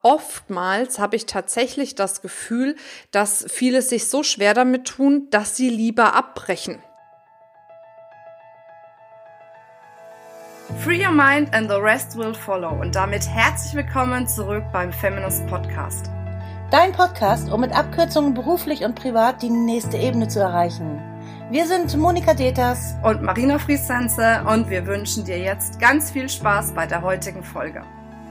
Oftmals habe ich tatsächlich das Gefühl, dass viele sich so schwer damit tun, dass sie lieber abbrechen. Free your mind and the rest will follow. Und damit herzlich willkommen zurück beim Feminist Podcast. Dein Podcast, um mit Abkürzungen beruflich und privat die nächste Ebene zu erreichen. Wir sind Monika Deters und Marina Friesense und wir wünschen dir jetzt ganz viel Spaß bei der heutigen Folge.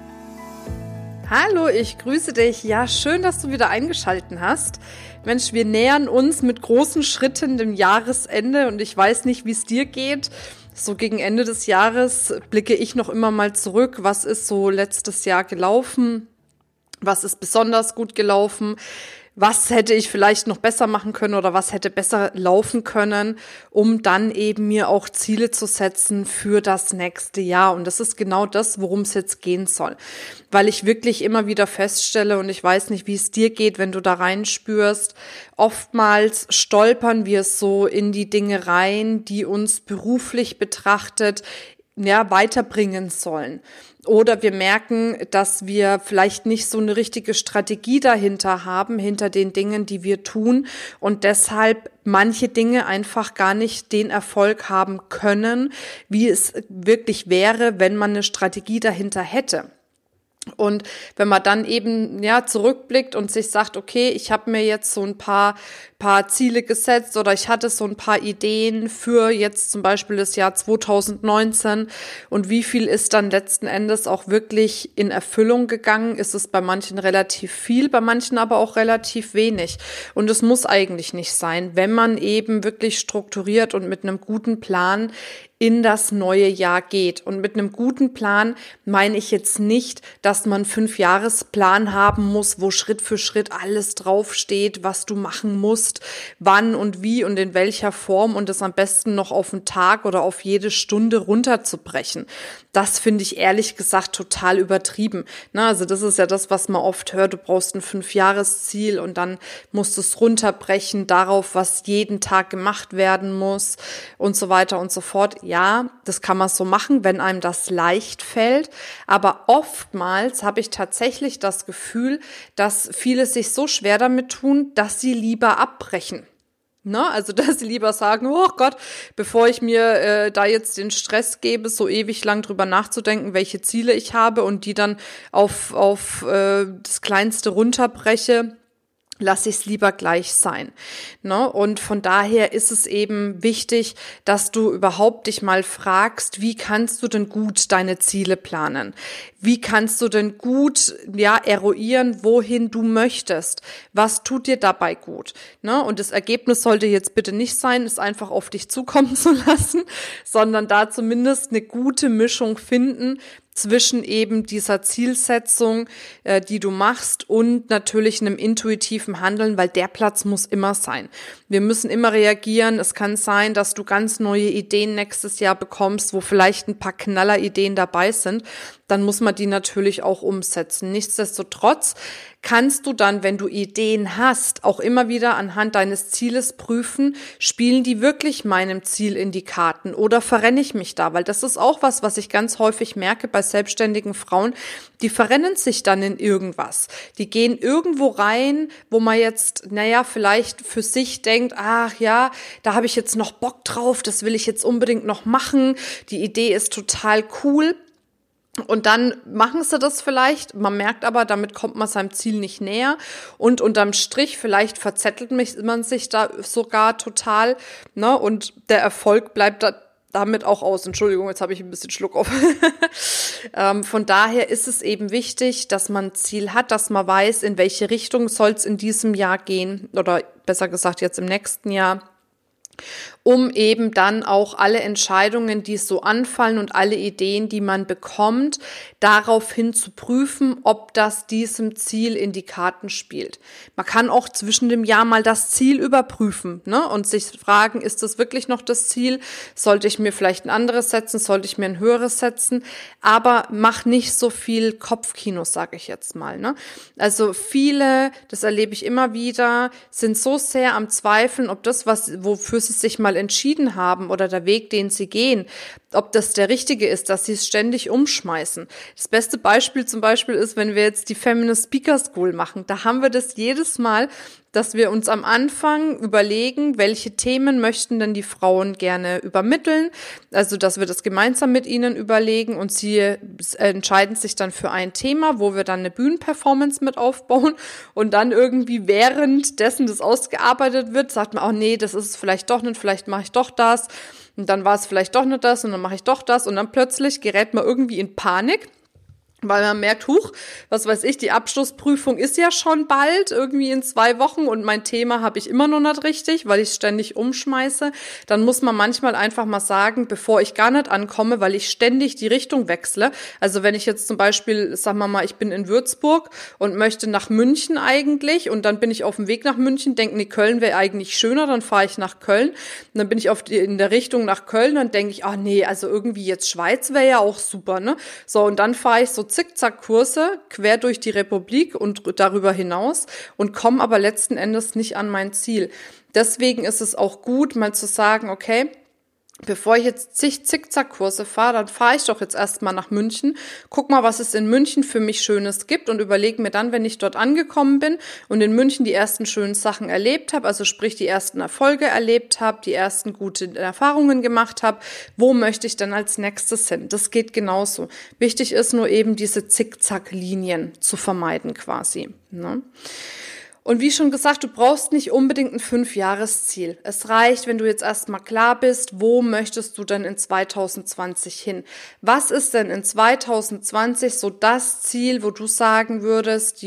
Hallo, ich grüße dich. Ja, schön, dass du wieder eingeschaltet hast. Mensch, wir nähern uns mit großen Schritten dem Jahresende und ich weiß nicht, wie es dir geht. So gegen Ende des Jahres blicke ich noch immer mal zurück. Was ist so letztes Jahr gelaufen? Was ist besonders gut gelaufen? Was hätte ich vielleicht noch besser machen können oder was hätte besser laufen können, um dann eben mir auch Ziele zu setzen für das nächste Jahr. Und das ist genau das, worum es jetzt gehen soll. Weil ich wirklich immer wieder feststelle, und ich weiß nicht, wie es dir geht, wenn du da reinspürst, oftmals stolpern wir so in die Dinge rein, die uns beruflich betrachtet, weiterbringen sollen. Oder wir merken, dass wir vielleicht nicht so eine richtige Strategie dahinter haben, hinter den Dingen, die wir tun und deshalb manche Dinge einfach gar nicht den Erfolg haben können, wie es wirklich wäre, wenn man eine Strategie dahinter hätte. Und wenn man dann eben zurückblickt und sich sagt, okay, ich habe mir jetzt so ein paar Ziele gesetzt oder ich hatte so ein paar Ideen für jetzt zum Beispiel das Jahr 2019 und wie viel ist dann letzten Endes auch wirklich in Erfüllung gegangen, ist es bei manchen relativ viel, bei manchen aber auch relativ wenig. Und es muss eigentlich nicht sein, wenn man eben wirklich strukturiert und mit einem guten Plan in das neue Jahr geht. Und mit einem guten Plan meine ich jetzt nicht, dass man 5-Jahresplan haben muss, wo Schritt für Schritt alles draufsteht, was du machen musst, wann und wie und in welcher Form und das am besten noch auf einen Tag oder auf jede Stunde runterzubrechen. Das finde ich ehrlich gesagt total übertrieben. Also das ist ja das, was man oft hört, du brauchst ein 5-Jahres-Ziel und dann musst du es runterbrechen darauf, was jeden Tag gemacht werden muss und so weiter und so fort. Ja, das kann man so machen, wenn einem das leicht fällt, aber oftmals habe ich tatsächlich das Gefühl, dass viele sich so schwer damit tun, dass sie lieber abbrechen. Also, dass sie lieber sagen, oh Gott, bevor ich mir da jetzt den Stress gebe, so ewig lang drüber nachzudenken, welche Ziele ich habe und die dann auf das Kleinste runterbreche, lasse ich es lieber gleich sein. Und von daher ist es eben wichtig, dass du überhaupt dich mal fragst, wie kannst du denn gut deine Ziele planen? Wie kannst du denn gut eruieren, wohin du möchtest? Was tut dir dabei gut? Und das Ergebnis sollte jetzt bitte nicht sein, es einfach auf dich zukommen zu lassen, sondern da zumindest eine gute Mischung finden zwischen eben dieser Zielsetzung, die du machst und natürlich einem intuitiven Handeln, weil der Platz muss immer sein. Wir müssen immer reagieren. Es kann sein, dass du ganz neue Ideen nächstes Jahr bekommst, wo vielleicht ein paar Knallerideen dabei sind. Dann muss man die natürlich auch umsetzen. Nichtsdestotrotz kannst du dann, wenn du Ideen hast, auch immer wieder anhand deines Zieles prüfen, spielen die wirklich meinem Ziel in die Karten oder verrenne ich mich da? Weil das ist auch was ich ganz häufig merke bei selbstständigen Frauen, die verrennen sich dann in irgendwas. Die gehen irgendwo rein, wo man jetzt, vielleicht für sich denkt, ach ja, da habe ich jetzt noch Bock drauf, das will ich jetzt unbedingt noch machen. Die Idee ist total cool. Und dann machen sie das vielleicht, man merkt aber, damit kommt man seinem Ziel nicht näher und unterm Strich, vielleicht verzettelt man sich da sogar total, und der Erfolg bleibt damit auch aus. Entschuldigung, jetzt habe ich ein bisschen Schluck auf. Von daher ist es eben wichtig, dass man ein Ziel hat, dass man weiß, in welche Richtung soll es in diesem Jahr gehen oder besser gesagt jetzt im nächsten Jahr, um eben dann auch alle Entscheidungen, die so anfallen und alle Ideen, die man bekommt, daraufhin zu prüfen, ob das diesem Ziel in die Karten spielt. Man kann auch zwischen dem Jahr mal das Ziel überprüfen, und sich fragen, ist das wirklich noch das Ziel? Sollte ich mir vielleicht ein anderes setzen? Sollte ich mir ein höheres setzen? Aber mach nicht so viel Kopfkino, sage ich jetzt mal. Also viele, das erlebe ich immer wieder, sind so sehr am Zweifeln, ob das, wofür sie sie sich mal entschieden haben oder der Weg, den sie gehen, ob das der richtige ist, dass sie es ständig umschmeißen. Das beste Beispiel zum Beispiel ist, wenn wir jetzt die Feminist Speaker School machen. Da haben wir das jedes Mal, dass wir uns am Anfang überlegen, welche Themen möchten denn die Frauen gerne übermitteln. Also, dass wir das gemeinsam mit ihnen überlegen und sie entscheiden sich dann für ein Thema, wo wir dann eine Bühnenperformance mit aufbauen und dann irgendwie währenddessen das ausgearbeitet wird, sagt man, oh nee, das ist es vielleicht doch nicht, vielleicht mache ich doch das und dann war es vielleicht doch nicht das und dann mache ich doch das und dann plötzlich gerät man irgendwie in Panik. Weil man merkt, was weiß ich, die Abschlussprüfung ist ja schon bald, irgendwie in 2 Wochen und mein Thema habe ich immer noch nicht richtig, weil ich es ständig umschmeiße. Dann muss man manchmal einfach mal sagen, bevor ich gar nicht ankomme, weil ich ständig die Richtung wechsle. Also wenn ich jetzt zum Beispiel, sagen wir mal, ich bin in Würzburg und möchte nach München eigentlich und dann bin ich auf dem Weg nach München, denke, nee, Köln wäre eigentlich schöner, dann fahre ich nach Köln. Und dann bin ich in der Richtung nach Köln, dann denke ich, nee, also irgendwie jetzt Schweiz wäre ja auch super, ne? So, und dann fahre ich so Zickzack-Kurse quer durch die Republik und darüber hinaus und komme aber letzten Endes nicht an mein Ziel. Deswegen ist es auch gut, mal zu sagen, okay, bevor ich jetzt zig Zickzack-Kurse fahre, dann fahre ich doch jetzt erstmal nach München, guck mal, was es in München für mich Schönes gibt und überlege mir dann, wenn ich dort angekommen bin und in München die ersten schönen Sachen erlebt habe, also sprich die ersten Erfolge erlebt habe, die ersten guten Erfahrungen gemacht habe, wo möchte ich dann als nächstes hin? Das geht genauso. Wichtig ist nur eben diese Zickzack-Linien zu vermeiden quasi, ne? Und wie schon gesagt, du brauchst nicht unbedingt ein 5-Jahres-Ziel. Es reicht, wenn du jetzt erstmal klar bist, wo möchtest du denn in 2020 hin? Was ist denn in 2020 so das Ziel, wo du sagen würdest,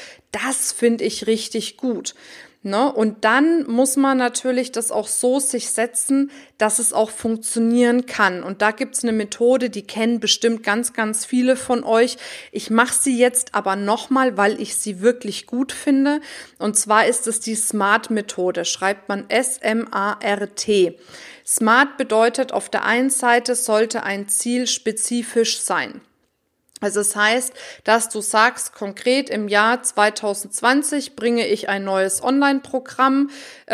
das finde ich richtig gut? Ne? Und dann muss man natürlich das auch so sich setzen, dass es auch funktionieren kann. Und da gibt's eine Methode, die kennen bestimmt ganz, ganz viele von euch. Ich mache sie jetzt aber nochmal, weil ich sie wirklich gut finde. Und zwar ist es die SMART-Methode. Schreibt man S-M-A-R-T. SMART bedeutet, auf der einen Seite sollte ein Ziel spezifisch sein. Also es heißt, dass du sagst, konkret im Jahr 2020 bringe ich ein neues Online-Programm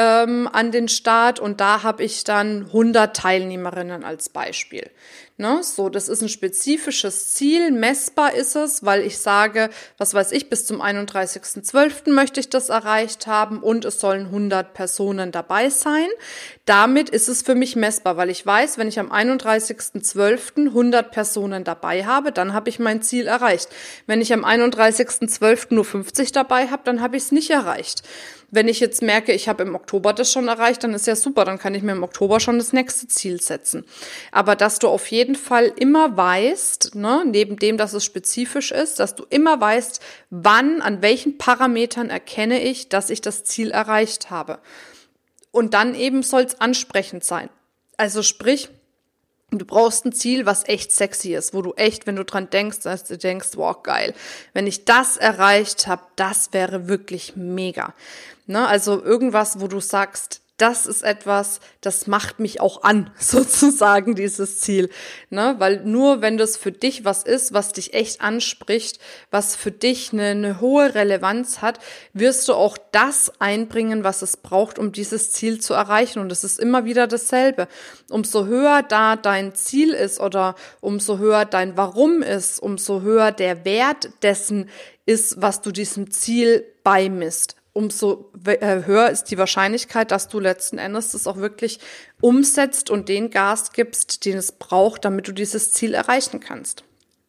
an den Start und da habe ich dann 100 Teilnehmerinnen als Beispiel. Ne? So, das ist ein spezifisches Ziel, messbar ist es, weil ich sage, was weiß ich, bis zum 31.12. möchte ich das erreicht haben und es sollen 100 Personen dabei sein. Damit ist es für mich messbar, weil ich weiß, wenn ich am 31.12. 100 Personen dabei habe, dann habe ich mein Ziel erreicht. Wenn ich am 31.12. nur 50 dabei habe, dann habe ich es nicht erreicht. Wenn ich jetzt merke, ich habe im Oktober das schon erreicht, dann ist ja super, dann kann ich mir im Oktober schon das nächste Ziel setzen. Aber dass du auf jeden Fall immer weißt, ne, neben dem, dass es spezifisch ist, dass du immer weißt, wann, an welchen Parametern erkenne ich, dass ich das Ziel erreicht habe. Und dann eben soll es ansprechend sein. Also sprich, du brauchst ein Ziel, was echt sexy ist, wo du echt, wenn du dran denkst, dass du denkst, wow, geil, wenn ich das erreicht habe, das wäre wirklich mega. Ne? Also irgendwas, wo du sagst, das ist etwas, das macht mich auch an, sozusagen, dieses Ziel. Ne? Weil nur wenn das für dich was ist, was dich echt anspricht, was für dich eine hohe Relevanz hat, wirst du auch das einbringen, was es braucht, um dieses Ziel zu erreichen. Und es ist immer wieder dasselbe. Umso höher da dein Ziel ist oder umso höher dein Warum ist, umso höher der Wert dessen ist, was du diesem Ziel beimisst. Umso höher ist die Wahrscheinlichkeit, dass du letzten Endes das auch wirklich umsetzt und den Gas gibst, den es braucht, damit du dieses Ziel erreichen kannst.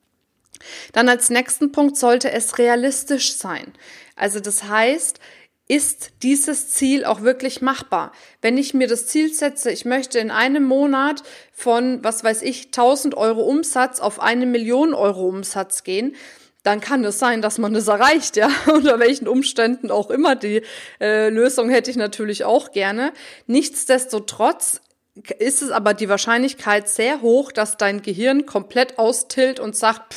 Dann als nächsten Punkt sollte es realistisch sein. Also das heißt, ist dieses Ziel auch wirklich machbar? Wenn ich mir das Ziel setze, ich möchte in einem Monat von, 1.000 Euro Umsatz auf 1 Million Euro Umsatz gehen, dann kann es sein, dass man das erreicht, ja, unter welchen Umständen auch immer. Die Lösung hätte ich natürlich auch gerne. Nichtsdestotrotz ist es aber die Wahrscheinlichkeit sehr hoch, dass dein Gehirn komplett austillt und sagt,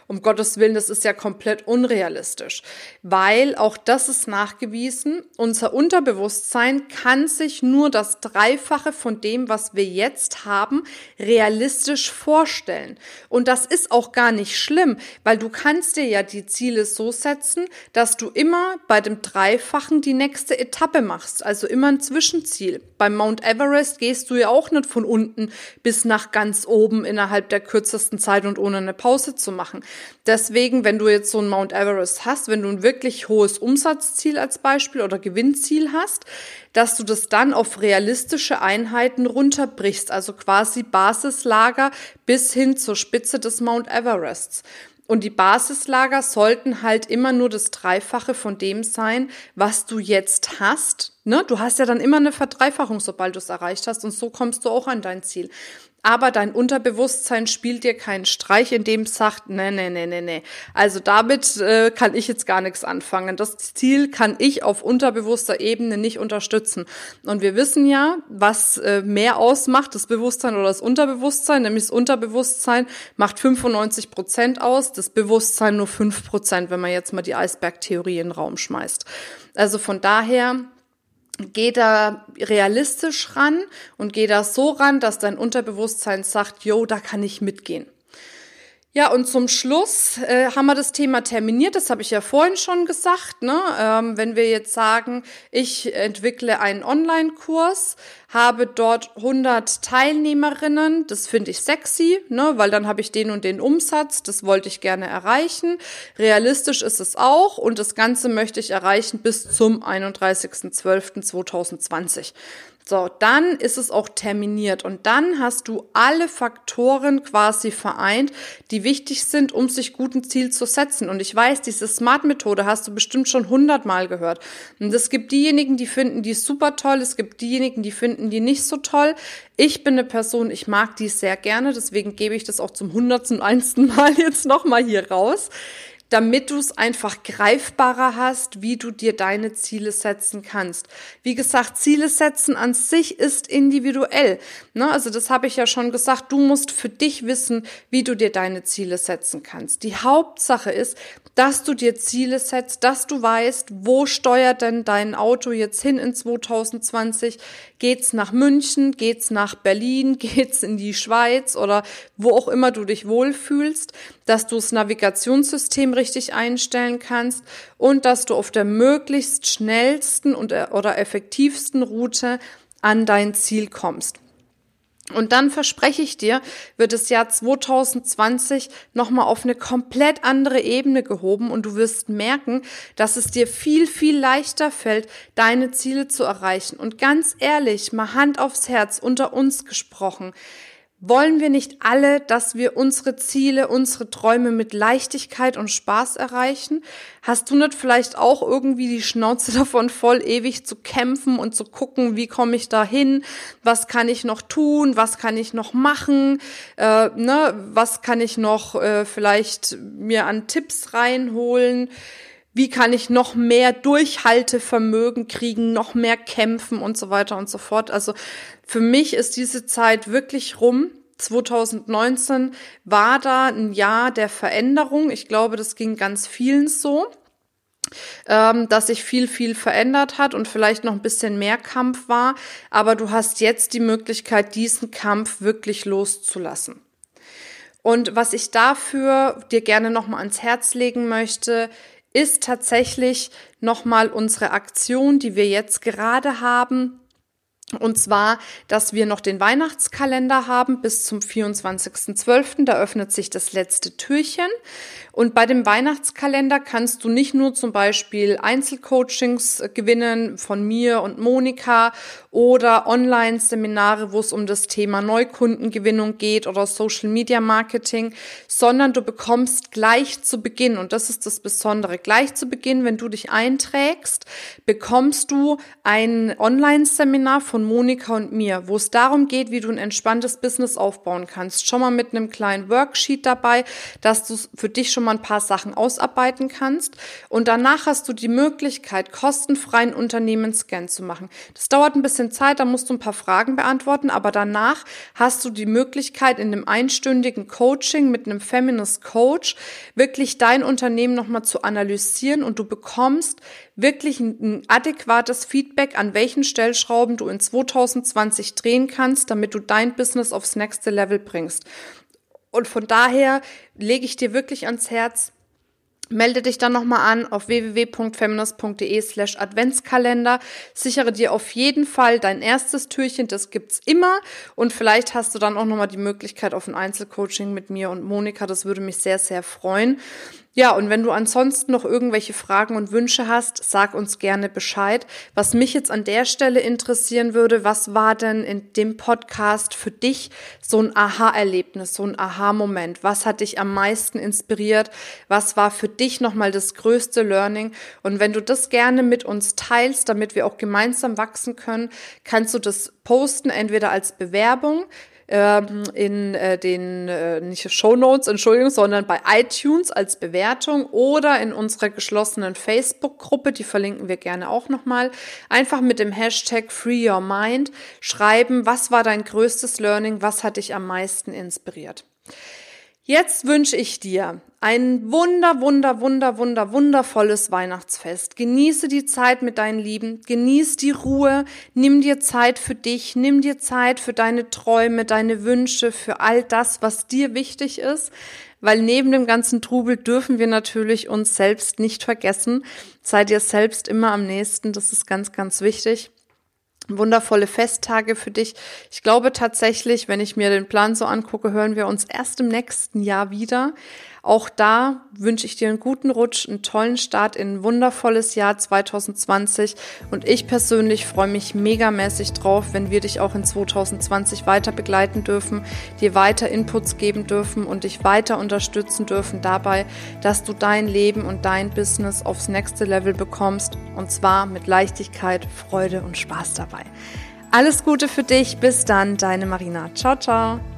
Um Gottes Willen, das ist ja komplett unrealistisch, weil auch das ist nachgewiesen, unser Unterbewusstsein kann sich nur das Dreifache von dem, was wir jetzt haben, realistisch vorstellen. Und das ist auch gar nicht schlimm, weil du kannst dir ja die Ziele so setzen, dass du immer bei dem Dreifachen die nächste Etappe machst, also immer ein Zwischenziel. Beim Mount Everest gehst du ja auch nicht von unten bis nach ganz oben innerhalb der kürzesten Zeit und ohne eine Pause zu machen. Deswegen, wenn du jetzt so ein Mount Everest hast, wenn du ein wirklich hohes Umsatzziel als Beispiel oder Gewinnziel hast, dass du das dann auf realistische Einheiten runterbrichst, also quasi Basislager bis hin zur Spitze des Mount Everests. Und die Basislager sollten halt immer nur das Dreifache von dem sein, was du jetzt hast. Ne? Du hast ja dann immer eine Verdreifachung, sobald du es erreicht hast, und so kommst du auch an dein Ziel. Aber dein Unterbewusstsein spielt dir keinen Streich, indem es sagt, nee. Also damit kann ich jetzt gar nichts anfangen. Das Ziel kann ich auf unterbewusster Ebene nicht unterstützen. Und wir wissen ja, was mehr ausmacht, das Bewusstsein oder das Unterbewusstsein. Nämlich das Unterbewusstsein macht 95% aus, das Bewusstsein nur 5%, wenn man jetzt mal die Eisbergtheorie in den Raum schmeißt. Also von daher, geh da realistisch ran und geh da so ran, dass dein Unterbewusstsein sagt, jo, da kann ich mitgehen. Ja, und zum Schluss haben wir das Thema terminiert, das habe ich ja vorhin schon gesagt, ne? Wenn wir jetzt sagen, ich entwickle einen Online-Kurs, habe dort 100 Teilnehmerinnen, das finde ich sexy, ne? Weil dann habe ich den und den Umsatz, das wollte ich gerne erreichen. Realistisch ist es auch und das Ganze möchte ich erreichen bis zum 31.12.2020. So, dann ist es auch terminiert und dann hast du alle Faktoren quasi vereint, die wichtig sind, um sich gut ein Ziel zu setzen. Und ich weiß, diese SMART-Methode hast du bestimmt schon 100-mal gehört. Und es gibt diejenigen, die finden die super toll, es gibt diejenigen, die finden die nicht so toll. Ich bin eine Person, ich mag die sehr gerne, deswegen gebe ich das auch zum 101. Mal jetzt nochmal hier raus, damit du es einfach greifbarer hast, wie du dir deine Ziele setzen kannst. Wie gesagt, Ziele setzen an sich ist individuell. Ne? Also das habe ich ja schon gesagt, du musst für dich wissen, wie du dir deine Ziele setzen kannst. Die Hauptsache ist, dass du dir Ziele setzt, dass du weißt, wo steuert denn dein Auto jetzt hin in 2020? Geht's nach München? Geht's nach Berlin? Geht's in die Schweiz? Oder wo auch immer du dich wohlfühlst, dass du das Navigationssystem richtig einstellen kannst und dass du auf der möglichst schnellsten oder effektivsten Route an dein Ziel kommst. Und dann verspreche ich dir, wird das Jahr 2020 nochmal auf eine komplett andere Ebene gehoben und du wirst merken, dass es dir viel, viel leichter fällt, deine Ziele zu erreichen. Und ganz ehrlich, mal Hand aufs Herz, unter uns gesprochen, wollen wir nicht alle, dass wir unsere Ziele, unsere Träume mit Leichtigkeit und Spaß erreichen? Hast du nicht vielleicht auch irgendwie die Schnauze davon voll, ewig zu kämpfen und zu gucken, wie komme ich da hin? Was kann ich noch tun? Was kann ich noch machen? Was kann ich noch vielleicht mir an Tipps reinholen? Wie kann ich noch mehr Durchhaltevermögen kriegen, noch mehr kämpfen und so weiter und so fort. Also für mich ist diese Zeit wirklich rum. 2019 war da ein Jahr der Veränderung. Ich glaube, das ging ganz vielen so, dass sich viel verändert hat und vielleicht noch ein bisschen mehr Kampf war. Aber du hast jetzt die Möglichkeit, diesen Kampf wirklich loszulassen. Und was ich dafür dir gerne nochmal ans Herz legen möchte, ist tatsächlich nochmal unsere Aktion, die wir jetzt gerade haben. Und zwar, dass wir noch den Weihnachtskalender haben bis zum 24.12. Da öffnet sich das letzte Türchen. Und bei dem Weihnachtskalender kannst du nicht nur zum Beispiel Einzelcoachings gewinnen von mir und Monika oder Online-Seminare, wo es um das Thema Neukundengewinnung geht oder Social Media Marketing, sondern du bekommst gleich zu Beginn, und das ist das Besondere, gleich zu Beginn, wenn du dich einträgst, bekommst du ein Online-Seminar von von Monika und mir, wo es darum geht, wie du ein entspanntes Business aufbauen kannst. Schon mal mit einem kleinen Worksheet dabei, dass du für dich schon mal ein paar Sachen ausarbeiten kannst. Und danach hast du die Möglichkeit, kostenfreien Unternehmensscan zu machen. Das dauert ein bisschen Zeit, da musst du ein paar Fragen beantworten, aber danach hast du die Möglichkeit, in einem einstündigen Coaching mit einem Feminist Coach wirklich dein Unternehmen nochmal zu analysieren und du bekommst wirklich ein adäquates Feedback, an welchen Stellschrauben du in 2020 drehen kannst, damit du dein Business aufs nächste Level bringst. Und von daher lege ich dir wirklich ans Herz, melde dich dann nochmal an auf www.feminist.de/Adventskalender. Sichere dir auf jeden Fall dein erstes Türchen, das gibt's immer. Und vielleicht hast du dann auch nochmal die Möglichkeit auf ein Einzelcoaching mit mir und Monika. Das würde mich sehr, sehr freuen. Ja, und wenn du ansonsten noch irgendwelche Fragen und Wünsche hast, sag uns gerne Bescheid. Was mich jetzt an der Stelle interessieren würde, was war denn in dem Podcast für dich so ein Aha-Erlebnis, so ein Aha-Moment? Was hat dich am meisten inspiriert? Was war für dich nochmal das größte Learning? Und wenn du das gerne mit uns teilst, damit wir auch gemeinsam wachsen können, kannst du das posten, entweder als Bewerbung, in den nicht Shownotes, Entschuldigung, sondern bei iTunes als Bewertung oder in unserer geschlossenen Facebook-Gruppe, die verlinken wir gerne auch nochmal, einfach mit dem Hashtag #FreeYourMind schreiben, was war dein größtes Learning, was hat dich am meisten inspiriert. Jetzt wünsche ich dir ein wundervolles Weihnachtsfest. Genieße die Zeit mit deinen Lieben, genieß die Ruhe, nimm dir Zeit für dich, nimm dir Zeit für deine Träume, deine Wünsche, für all das, was dir wichtig ist, weil neben dem ganzen Trubel dürfen wir natürlich uns selbst nicht vergessen. Sei dir selbst immer am nächsten, das ist ganz, ganz wichtig. Wundervolle Festtage für dich. Ich glaube tatsächlich, wenn ich mir den Plan so angucke, hören wir uns erst im nächsten Jahr wieder. Auch da wünsche ich dir einen guten Rutsch, einen tollen Start in ein wundervolles Jahr 2020 und ich persönlich freue mich megamäßig drauf, wenn wir dich auch in 2020 weiter begleiten dürfen, dir weiter Inputs geben dürfen und dich weiter unterstützen dürfen dabei, dass du dein Leben und dein Business aufs nächste Level bekommst und zwar mit Leichtigkeit, Freude und Spaß dabei. Alles Gute für dich, bis dann, deine Marina. Ciao, ciao.